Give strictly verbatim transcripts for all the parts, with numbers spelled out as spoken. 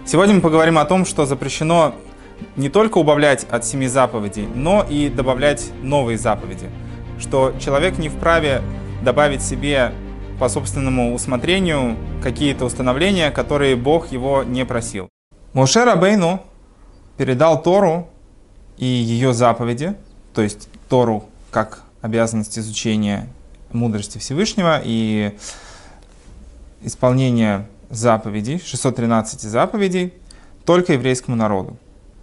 Сегодня мы поговорим о том, что запрещено не только убавлять от семи заповедей, но и добавлять новые заповеди. Что человек не вправе добавить себе по собственному усмотрению какие-то установления, которые Бог его не просил. Моше Рабейну передал Тору и ее заповеди, то есть Тору как обязанность изучения мудрости Всевышнего и исполнения заповедей, шестьсот тринадцать заповедей, только еврейскому народу.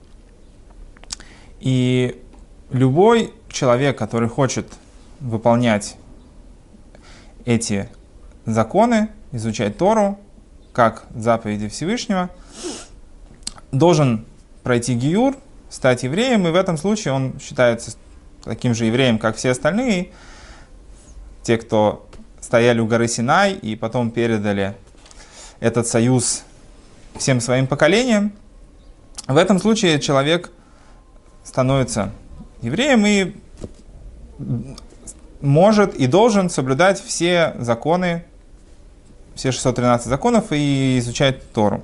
И любой человек, который хочет выполнять эти законы, изучать Тору, как заповеди Всевышнего, должен пройти гиюр, стать евреем, и в этом случае он считается таким же евреем, как все остальные, те, кто стояли у горы Синай и потом передали этот союз всем своим поколениям. В этом случае человек становится евреем и может и должен соблюдать все законы, все шестьсот тринадцать законов и изучать Тору.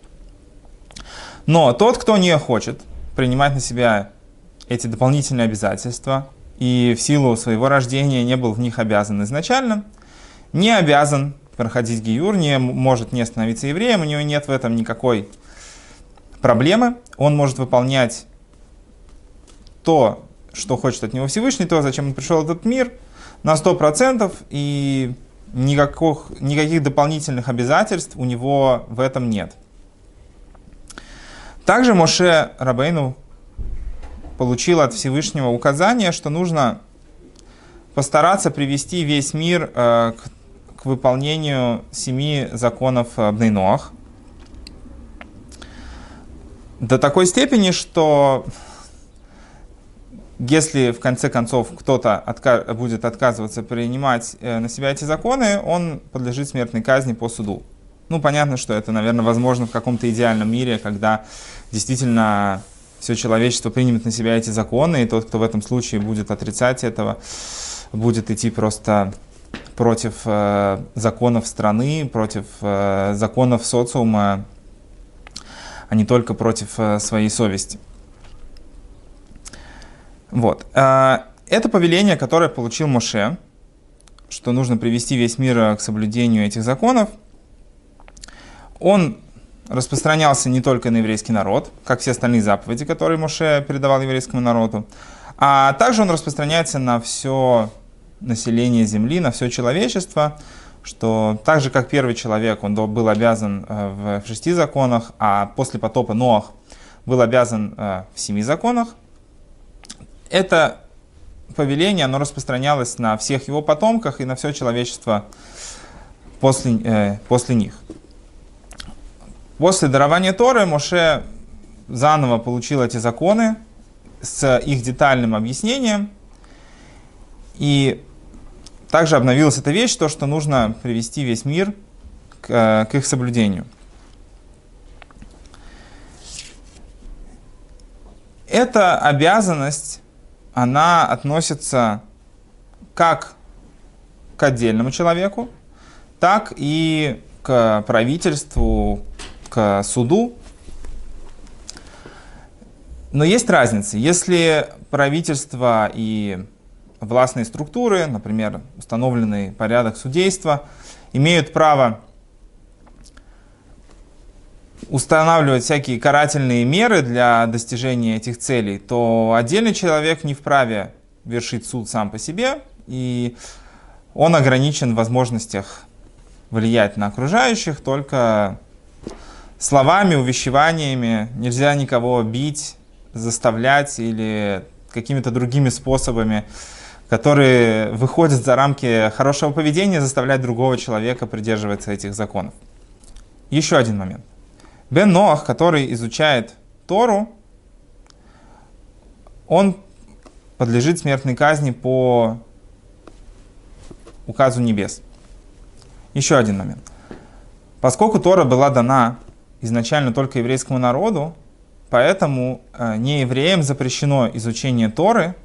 Но тот, кто не хочет принимать на себя эти дополнительные обязательства и в силу своего рождения не был в них обязан изначально, не обязан проходить гиюр, не может не становиться евреем, у него нет в этом никакой проблемы. Он может выполнять то, что хочет от него Всевышний, то, зачем он пришел в этот мир, на сто процентов, и никаких, никаких дополнительных обязательств у него в этом нет. Также Моше Рабейну получил от Всевышнего указание, что нужно постараться привести весь мир э, к к выполнению семи законов Бней Ноах. До такой степени, что если в конце концов кто-то отка- будет отказываться принимать э, на себя эти законы, он подлежит смертной казни по суду. Ну, понятно, что это, наверное, возможно в каком-то идеальном мире, когда действительно все человечество примет на себя эти законы, и тот, кто в этом случае будет отрицать этого, будет идти просто против э, законов страны, против э, законов социума, а не только против э, своей совести. Вот. Э, это повеление, которое получил Моше, что нужно привести весь мир к соблюдению этих законов. Он распространялся не только на еврейский народ, как все остальные заповеди, которые Моше передавал еврейскому народу, а также он распространяется на все население Земли, на все человечество, что так же, как первый человек, он был обязан в шести законах, а после потопа Ноах был обязан в семи законах. Это повеление, оно распространялось на всех его потомках и на все человечество после, э, после них. После дарования Торы Моше заново получил эти законы с их детальным объяснением, и также обновилась эта вещь, то, что нужно привести весь мир к, к их соблюдению. Эта обязанность, она относится как к отдельному человеку, так и к правительству, к суду. Но есть разница. Если правительство и властные структуры, например, установленный порядок судейства, имеют право устанавливать всякие карательные меры для достижения этих целей, то отдельный человек не вправе вершить суд сам по себе, и он ограничен в возможностях влиять на окружающих только словами, увещеваниями. Нельзя никого бить, заставлять или какими-то другими способами, которые выходят за рамки хорошего поведения, заставлять другого человека придерживаться этих законов. Еще один момент. Бен Ноах, который изучает Тору, он подлежит смертной казни по указу небес. Еще один момент. Поскольку Тора была дана изначально только еврейскому народу, поэтому неевреям запрещено изучение Торы,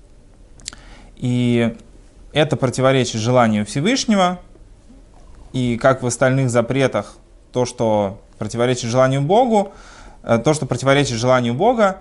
и это противоречит желанию Всевышнего, и как в остальных запретах, то, что противоречит желанию Богу, то, что противоречит желанию Бога,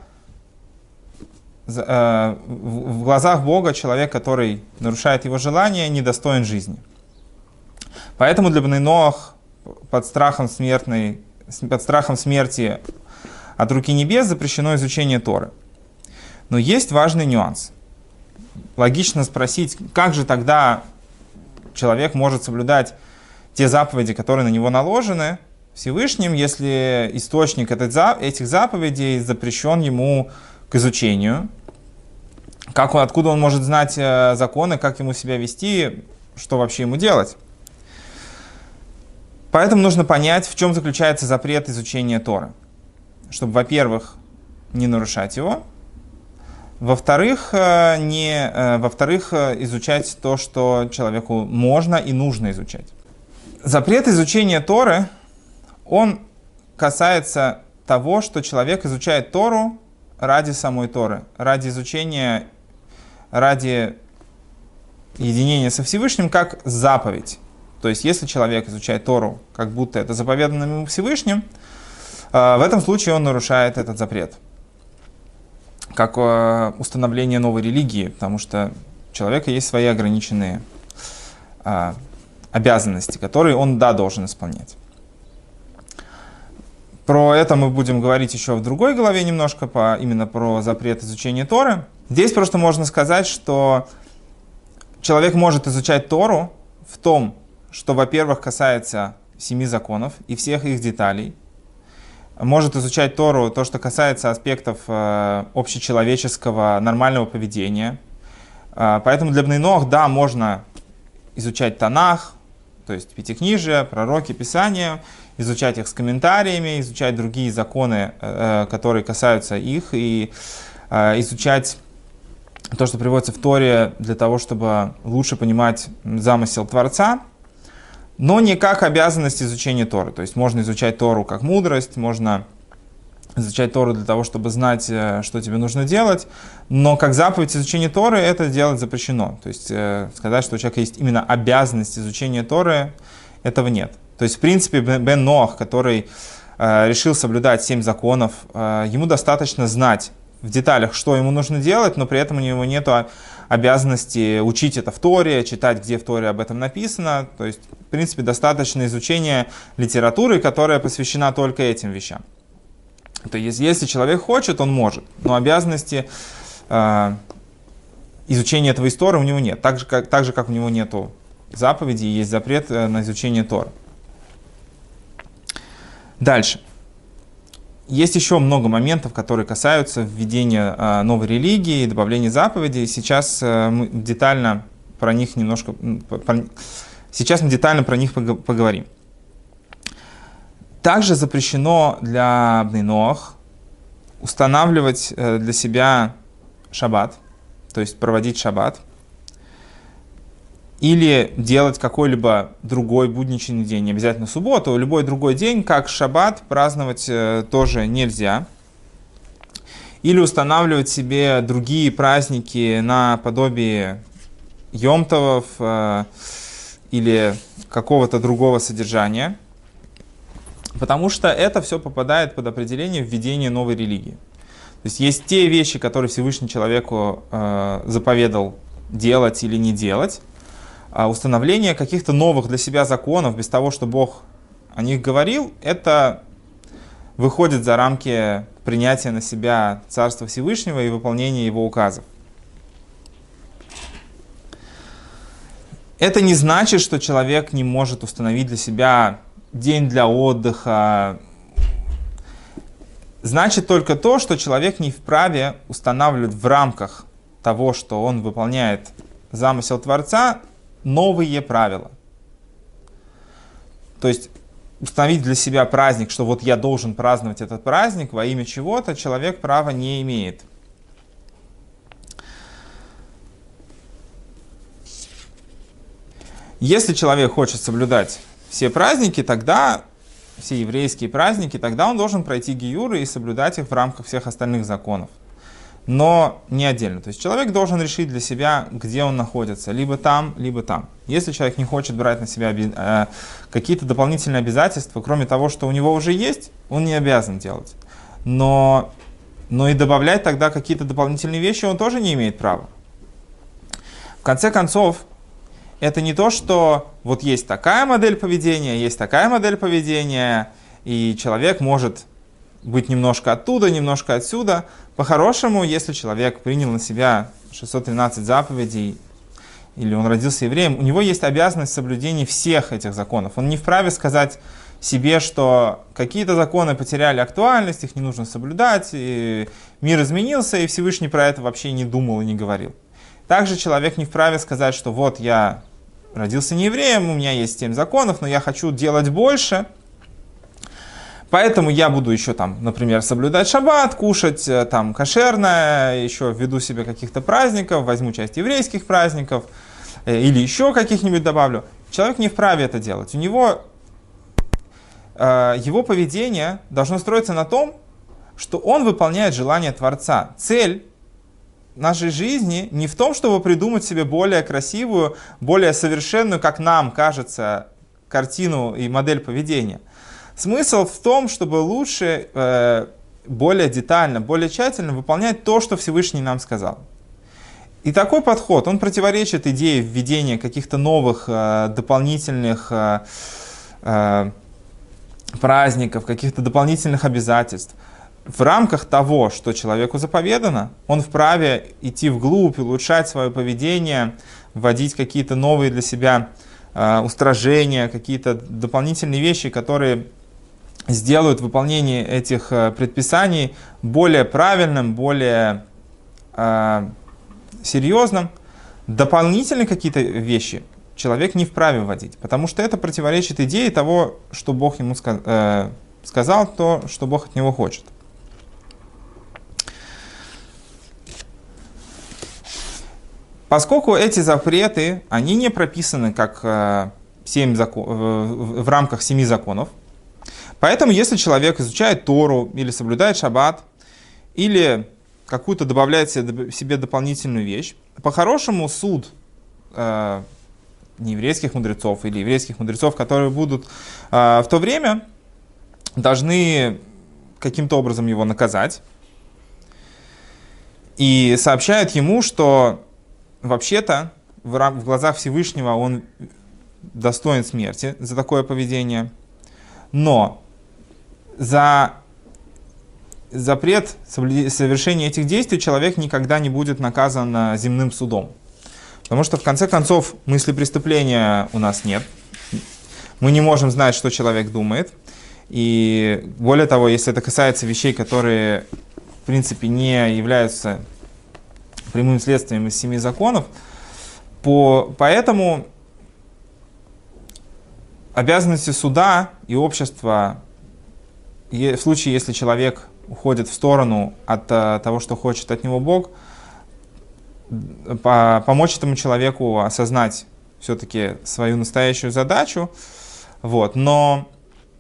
в глазах Бога человек, который нарушает его желание, недостоин жизни. Поэтому для Бней Ноах под страхом смертной, под страхом смерти от руки небес запрещено изучение Торы. Но есть важный нюанс. Логично спросить, как же тогда человек может соблюдать те заповеди, которые на него наложены Всевышним, если источник этих заповедей запрещен ему к изучению. Как, откуда он может знать законы, как ему себя вести, что вообще ему делать? Поэтому нужно понять, в чем заключается запрет изучения Торы. Чтобы, во-первых, не нарушать его, во-вторых, не, во-вторых, изучать то, что человеку можно и нужно изучать. Запрет изучения Торы, он касается того, что человек изучает Тору ради самой Торы, ради изучения, ради единения со Всевышним как заповедь. То есть, если человек изучает Тору, как будто это заповедано ему Всевышним, в этом случае он нарушает этот запрет. Как установление новой религии, потому что у человека есть свои ограниченные обязанности, которые он, да, должен исполнять. Про это мы будем говорить еще в другой главе немножко, по, именно про запрет изучения Торы. Здесь просто можно сказать, что человек может изучать Тору в том, что, во-первых, касается семи законов и всех их деталей. Может изучать Тору то, что касается аспектов э, общечеловеческого нормального поведения. Э, поэтому для Бней Ноах, да, можно изучать Танах, то есть Пятикнижие, пророки, Писания, изучать их с комментариями, изучать другие законы, э, которые касаются их, и э, изучать то, что приводится в Торе, для того, чтобы лучше понимать замысел Творца, но не как обязанность изучения Торы. То есть можно изучать Тору как мудрость, можно изучать Тору для того, чтобы знать, что тебе нужно делать, но как заповедь изучения Торы это делать запрещено. То есть э, сказать, что у человека есть именно обязанность изучения Торы, этого нет. То есть в принципе Бен Ноах, который э, решил соблюдать семь законов, э, ему достаточно знать в деталях, что ему нужно делать, но при этом у него нет обязанности учить это в Торе, читать, где в Торе об этом написано. То есть, в принципе, достаточно изучения литературы, которая посвящена только этим вещам. То есть, если человек хочет, он может, но обязанности э, изучения этого из Торы у него нет. Так же, как, так же, как у него нет заповедей, есть запрет на изучение Торы. Дальше. Есть еще много моментов, которые касаются введения э, новой религии, добавления заповедей. Сейчас э, мы детально про них немножко, про, сейчас мы детально про них поговорим. Также запрещено для Бней Ноах устанавливать э, для себя шаббат, то есть проводить шаббат, или делать какой-либо другой будничный день, не обязательно субботу, любой другой день, как шаббат, праздновать э, тоже нельзя. Или устанавливать себе другие праздники наподобие йом-товов э, или какого-то другого содержания, потому что это все попадает под определение введения новой религии. То есть есть те вещи, которые Всевышний человеку э, заповедал делать или не делать, а установление каких-то новых для себя законов, без того, что Бог о них говорил, это выходит за рамки принятия на себя Царства Всевышнего и выполнения Его указов. Это не значит, что человек не может установить для себя день для отдыха. Значит только то, что человек не вправе устанавливать в рамках того, что он выполняет замысел Творца, новые правила. То есть установить для себя праздник, что вот я должен праздновать этот праздник во имя чего-то, человек права не имеет. Если человек хочет соблюдать все праздники, тогда все еврейские праздники, тогда он должен пройти гиюр и соблюдать их в рамках всех остальных законов. но не отдельно. То есть человек должен решить для себя, где он находится, либо там, либо там. Если человек не хочет брать на себя э, какие-то дополнительные обязательства, кроме того, что у него уже есть, он не обязан делать. Но, но и добавлять тогда какие-то дополнительные вещи он тоже не имеет права. В конце концов, это не то, что вот есть такая модель поведения, есть такая модель поведения, и человек может быть немножко оттуда, немножко отсюда. По-хорошему, если человек принял на себя шестьсот тринадцать заповедей, или он родился евреем, у него есть обязанность соблюдения всех этих законов. Он не вправе сказать себе, что какие-то законы потеряли актуальность, их не нужно соблюдать, и мир изменился, и Всевышний про это вообще не думал и не говорил. Также человек не вправе сказать, что вот я родился не евреем, у меня есть семь законов, но я хочу делать больше, поэтому я буду еще там, например, соблюдать шаббат, кушать там кошерное, еще введу себе каких-то праздников, возьму часть еврейских праздников или еще каких-нибудь добавлю. Человек не вправе это делать. У него э, его поведение должно строиться на том, что он выполняет желание Творца. Цель нашей жизни не в том, чтобы придумать себе более красивую, более совершенную, как нам кажется, картину и модель поведения. Смысл в том, чтобы лучше, э, более детально, более тщательно выполнять то, что Всевышний нам сказал. И такой подход, он противоречит идее введения каких-то новых, э, дополнительных э, э, праздников, каких-то дополнительных обязательств. В рамках того, что человеку заповедано, он вправе идти вглубь, улучшать свое поведение, вводить какие-то новые для себя э, устражения, какие-то дополнительные вещи, которые сделают выполнение этих э, предписаний более правильным, более э, серьезным. Дополнительные какие-то вещи человек не вправе вводить, потому что это противоречит идее того, что Бог ему ска- э, сказал, то, что Бог от него хочет. Поскольку эти запреты, они не прописаны как э, семь закон, в, в рамках семи законов, поэтому если человек изучает Тору или соблюдает шаббат, или какую-то добавляет себе, себе дополнительную вещь, по-хорошему суд э, нееврейских мудрецов или еврейских мудрецов, которые будут э, в то время, должны каким-то образом его наказать и сообщают ему, что вообще-то в, в глазах Всевышнего он достоин смерти за такое поведение, но за запрет совершения этих действий человек никогда не будет наказан земным судом. Потому что в конце концов мысли преступления у нас нет. Мы не можем знать, что человек думает. И более того, если это касается вещей, которые в принципе не являются прямым следствием из семи законов, по, поэтому обязанности суда и общества, и в случае, если человек уходит в сторону от а, того, что хочет от него Бог, по, помочь этому человеку осознать все-таки свою настоящую задачу, вот, но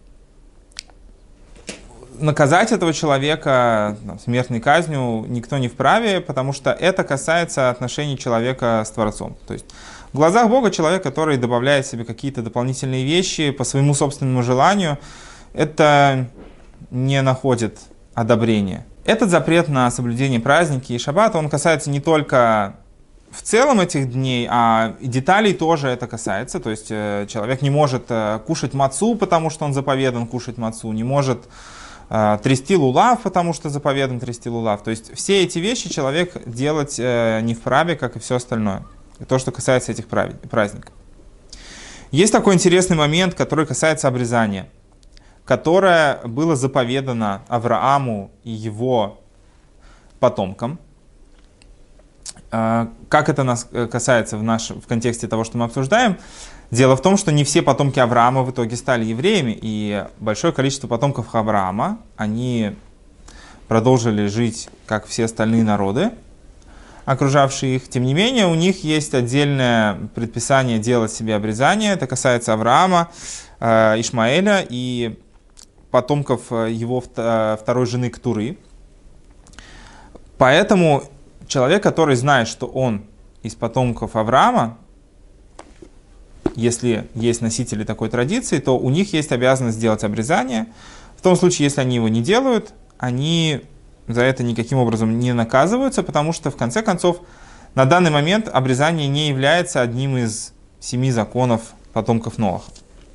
наказать этого человека смертной казнью никто не вправе, потому что это касается отношений человека с Творцом. То есть в глазах Бога человек, который добавляет себе какие-то дополнительные вещи по своему собственному желанию, это не находит одобрения. Этот запрет на соблюдение праздники и шаббата, он касается не только в целом этих дней, а и деталей тоже это касается. То есть э, человек не может э, кушать мацу, потому что он заповедан кушать мацу, не может э, трясти лулав, потому что заповедан трясти лулав. То есть все эти вещи человек делать э, не вправе, как и все остальное. То, что касается этих праздников. Есть такой интересный момент, который касается обрезания, которое было заповедано Аврааму и его потомкам. Как это нас касается в, нашем, в контексте того, что мы обсуждаем? Дело в том, что не все потомки Авраама в итоге стали евреями, и большое количество потомков Авраама, они продолжили жить, как все остальные народы, окружавшие их. Тем не менее, у них есть отдельное предписание делать себе обрезание. Это касается Авраама, Ишмаэля и потомков его второй жены Ктуры. Поэтому человек, который знает, что он из потомков Авраама, если есть носители такой традиции, то у них есть обязанность сделать обрезание. В том случае, если они его не делают, они за это никаким образом не наказываются, потому что, в конце концов, на данный момент обрезание не является одним из семи законов потомков Ноаха.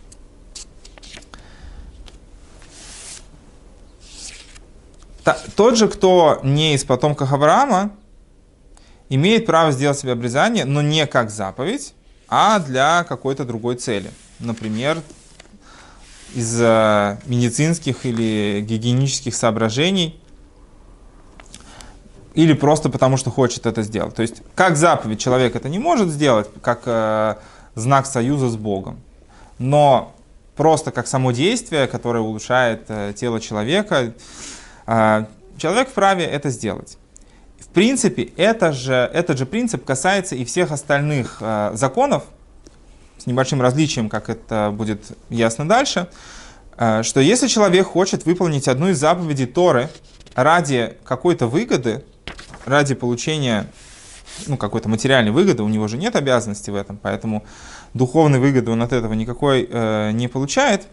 Тот же, кто не из потомков Авраама, имеет право сделать себе обрезание, но не как заповедь, а для какой-то другой цели. Например, из медицинских или гигиенических соображений, или просто потому, что хочет это сделать. То есть, как заповедь человек это не может сделать, как э, знак союза с Богом. Но просто как само действие, которое улучшает э, тело человека, э, человек вправе это сделать. В принципе, это же, этот же принцип касается и всех остальных э, законов, с небольшим различием, как это будет ясно дальше, э, что если человек хочет выполнить одну из заповедей Торы ради какой-то выгоды, ради получения ну, какой-то материальной выгоды, у него же нет обязанности в этом, поэтому духовной выгоды он от этого никакой э, не получает,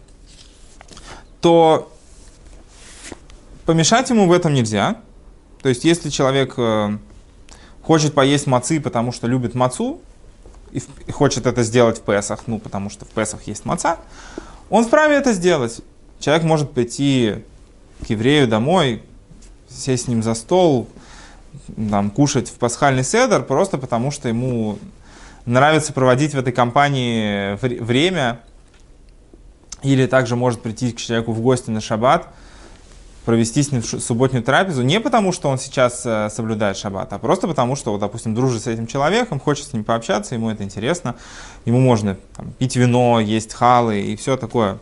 то помешать ему в этом нельзя. То есть, если человек э, хочет поесть мацы, потому что любит мацу, и, и хочет это сделать в Песах, ну, потому что в Песах есть маца, он вправе это сделать. Человек может прийти к еврею домой, сесть с ним за стол, там, кушать в пасхальный седер, просто потому что ему нравится проводить в этой компании время, или также может прийти к человеку в гости на шаббат, провести с ним субботнюю трапезу, не потому что он сейчас соблюдает шаббат, а просто потому что, вот, допустим, дружит с этим человеком, хочет с ним пообщаться, ему это интересно, ему можно там, пить вино, есть халы и все такое.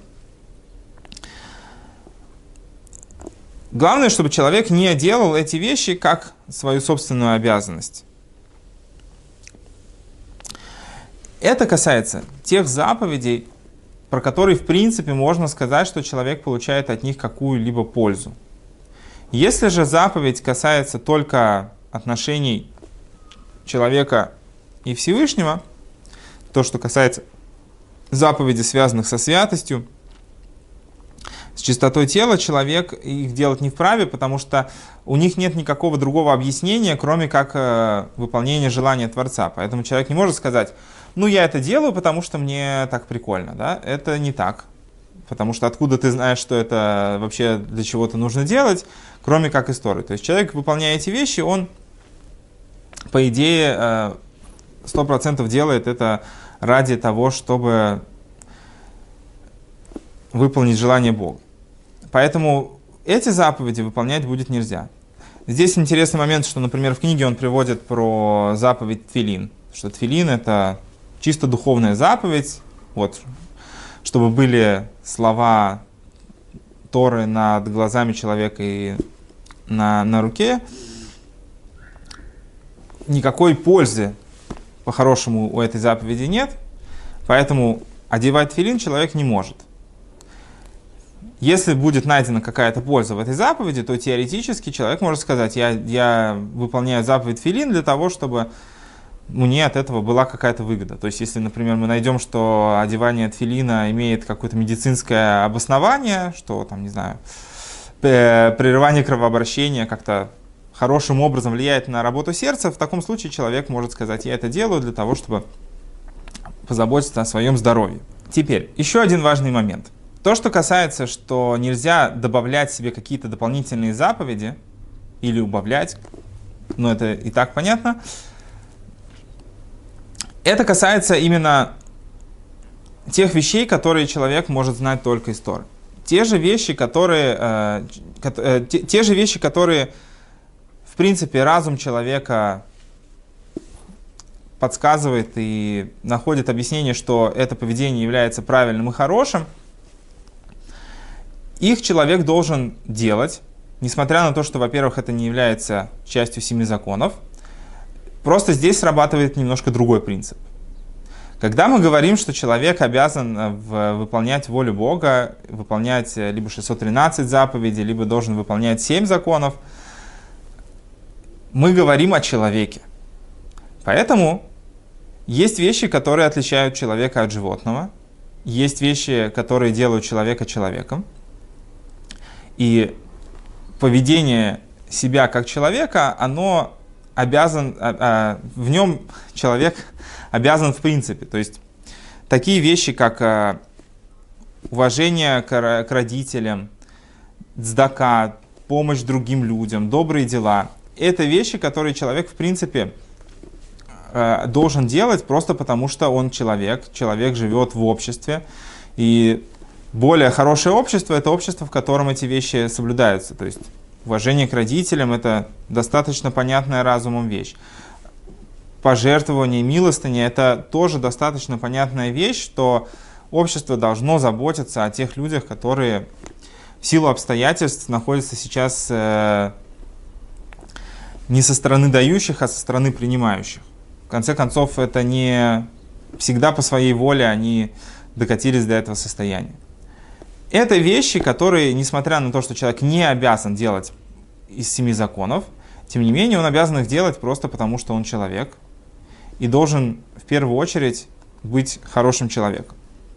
Главное, чтобы человек не делал эти вещи как свою собственную обязанность. Это касается тех заповедей, про которые, в принципе, можно сказать, что человек получает от них какую-либо пользу. Если же заповедь касается только отношений человека и Всевышнего, то, что касается заповедей, связанных со святостью, с чистотой тела, человек их делать не вправе, потому что у них нет никакого другого объяснения, кроме как э, выполнения желания Творца. Поэтому человек не может сказать, ну я это делаю, потому что мне так прикольно. Да? Это не так. Потому что откуда ты знаешь, что это вообще для чего-то нужно делать, кроме как из Торы. То есть человек, выполняя эти вещи, он, по идее, сто процентов делает это ради того, чтобы выполнить желание Бога. Поэтому эти заповеди выполнять будет нельзя. Здесь интересный момент, что, например, в книге он приводит про заповедь тфилин. Что тфилин — это чисто духовная заповедь, вот, чтобы были слова Торы над глазами человека и на, на руке. Никакой пользы, по-хорошему, у этой заповеди нет, поэтому одевать тфилин человек не может. Если будет найдена какая-то польза в этой заповеди, то теоретически человек может сказать, я, я выполняю заповедь тфилин для того, чтобы мне от этого была какая-то выгода. То есть, если, например, мы найдем, что одевание тфилина имеет какое-то медицинское обоснование, что, там, не знаю, прерывание кровообращения как-то хорошим образом влияет на работу сердца, в таком случае человек может сказать, я это делаю для того, чтобы позаботиться о своем здоровье. Теперь, еще один важный момент. То, что касается, что нельзя добавлять себе какие-то дополнительные заповеди или убавлять, ну это и так понятно, это касается именно тех вещей, которые человек может знать только из Торы. Те же вещи, которые, э, э, те, те же вещи, которые, в принципе, разум человека подсказывает и находит объяснение, что это поведение является правильным и хорошим, их человек должен делать, несмотря на то, что, во-первых, это не является частью семи законов. Просто здесь срабатывает немножко другой принцип. Когда мы говорим, что человек обязан выполнять волю Бога, выполнять либо шестьсот тринадцать заповедей, либо должен выполнять семь законов, мы говорим о человеке. Поэтому есть вещи, которые отличают человека от животного. Есть вещи, которые делают человека человеком. И поведение себя как человека, оно обязан, а, а, в нем человек обязан в принципе. То есть такие вещи, как а, уважение к, к родителям, цдака, помощь другим людям, добрые дела, это вещи, которые человек в принципе а, должен делать просто потому, что он человек, человек живет в обществе. И более хорошее общество — это общество, в котором эти вещи соблюдаются. То есть уважение к родителям — это достаточно понятная разумом вещь. Пожертвование, милостыня — это тоже достаточно понятная вещь, что общество должно заботиться о тех людях, которые в силу обстоятельств находятся сейчас э, не со стороны дающих, а со стороны принимающих. В конце концов, это не всегда по своей воле они докатились до этого состояния. Это вещи, которые, несмотря на то, что человек не обязан делать из семи законов, тем не менее он обязан их делать просто потому, что он человек и должен в первую очередь быть хорошим человеком.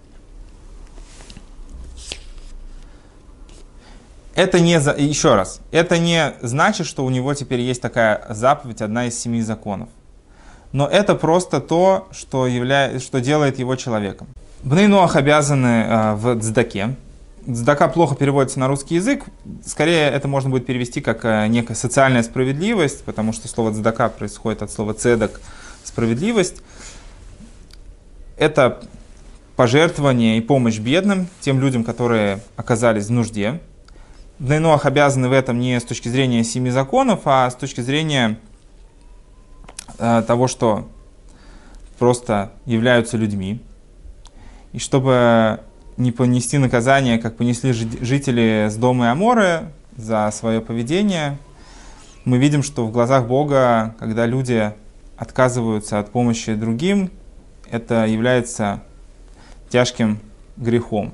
Это не, еще раз, это не значит, что у него теперь есть такая заповедь, одна из семи законов. Но это просто то, что, явля... что делает его человеком. Бней Ноах обязаны э, в цдаке. Цдака плохо переводится на русский язык. Скорее, это можно будет перевести как э, некая социальная справедливость, потому что слово цдака происходит от слова цедок, справедливость. Это пожертвование и помощь бедным, тем людям, которые оказались в нужде. Бней Ноах обязаны в этом не с точки зрения семи законов, а с точки зрения э, того, что просто являются людьми. И чтобы не понести наказание, как понесли жители Сдома и Аморы за свое поведение, мы видим, что в глазах Бога, когда люди отказываются от помощи другим, это является тяжким грехом.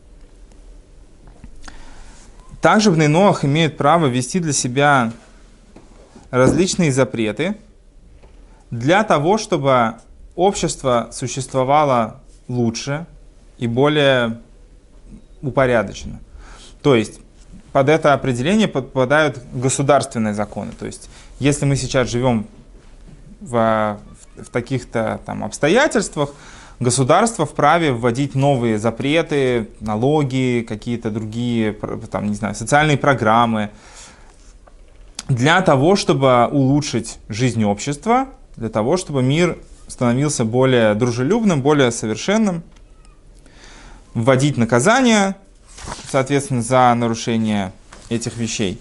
Также Бней Ноах имеют право ввести для себя различные запреты для того, чтобы общество существовало лучше и более упорядоченно. То есть под это определение подпадают государственные законы. То есть если мы сейчас живем в, в таких-то там обстоятельствах, государство вправе вводить новые запреты, налоги, какие-то другие там, не знаю, социальные программы для того, чтобы улучшить жизнь общества, для того, чтобы мир становился более дружелюбным, более совершенным, вводить наказания, соответственно, за нарушение этих вещей.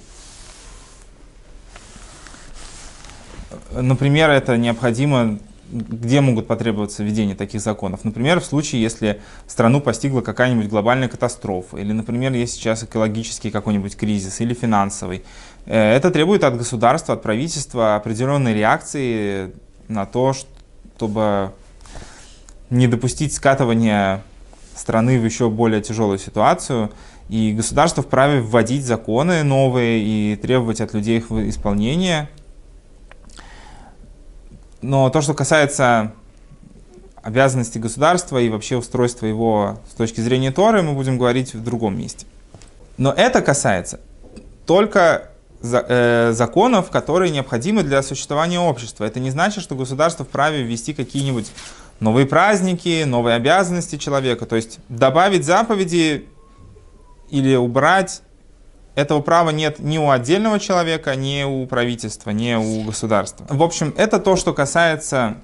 Например, это необходимо, где могут потребоваться введение таких законов. Например, в случае, если страну постигла какая-нибудь глобальная катастрофа, или, например, есть сейчас экологический какой-нибудь кризис, или финансовый. Это требует от государства, от правительства определенной реакции на то, чтобы не допустить скатывания страны в еще более тяжелую ситуацию. И государство вправе вводить законы новые и требовать от людей их исполнения. Но то, что касается обязанностей государства и вообще устройства его с точки зрения Торы, мы будем говорить в другом месте. Но это касается только за, э, законов, которые необходимы для существования общества. Это не значит, что государство вправе ввести какие-нибудь новые праздники, новые обязанности человека. То есть добавить заповеди или убрать, этого права нет ни у отдельного человека, ни у правительства, ни у государства. В общем, это то, что касается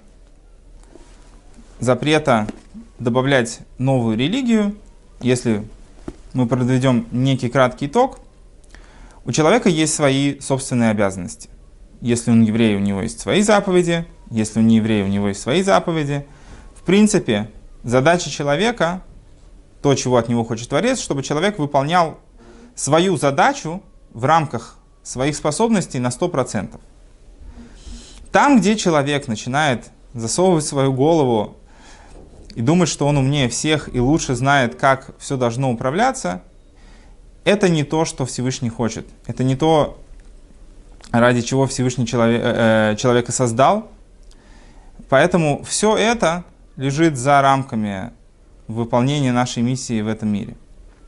запрета добавлять новую религию. Если мы подведем некий краткий итог, у человека есть свои собственные обязанности. Если он еврей, у него есть свои заповеди. Если он не еврей, у него есть свои заповеди. В принципе, задача человека, то, чего от него хочет Творец, чтобы человек выполнял свою задачу в рамках своих способностей на сто процентов. Там, где человек начинает засовывать свою голову и думать, что он умнее всех и лучше знает, как все должно управляться, это не то, что Всевышний хочет. Это не то, ради чего Всевышний человек, э, человека создал. Поэтому все это лежит за рамками выполнения нашей миссии в этом мире.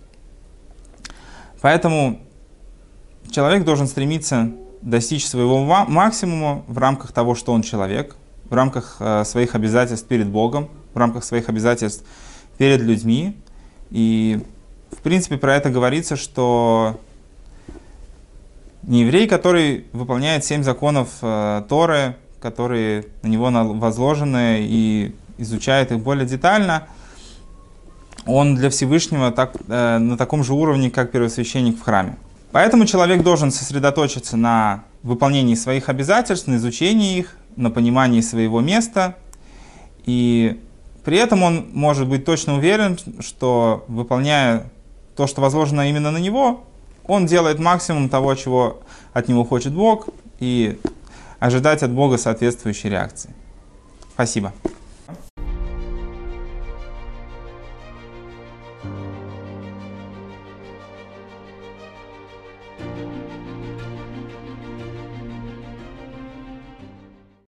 Поэтому человек должен стремиться достичь своего максимума в рамках того, что он человек, в рамках э, своих обязательств перед Богом, в рамках своих обязательств перед людьми. И, в принципе, про это говорится, что нееврей, который выполняет семь законов э, Торы, которые на него возложены, и изучает их более детально, он для Всевышнего так, э, на таком же уровне, как первосвященник в храме. Поэтому человек должен сосредоточиться на выполнении своих обязательств, на изучении их, на понимании своего места. И при этом он может быть точно уверен, что, выполняя то, что возложено именно на него, он делает максимум того, чего от него хочет Бог, и ожидать от Бога соответствующей реакции. Спасибо.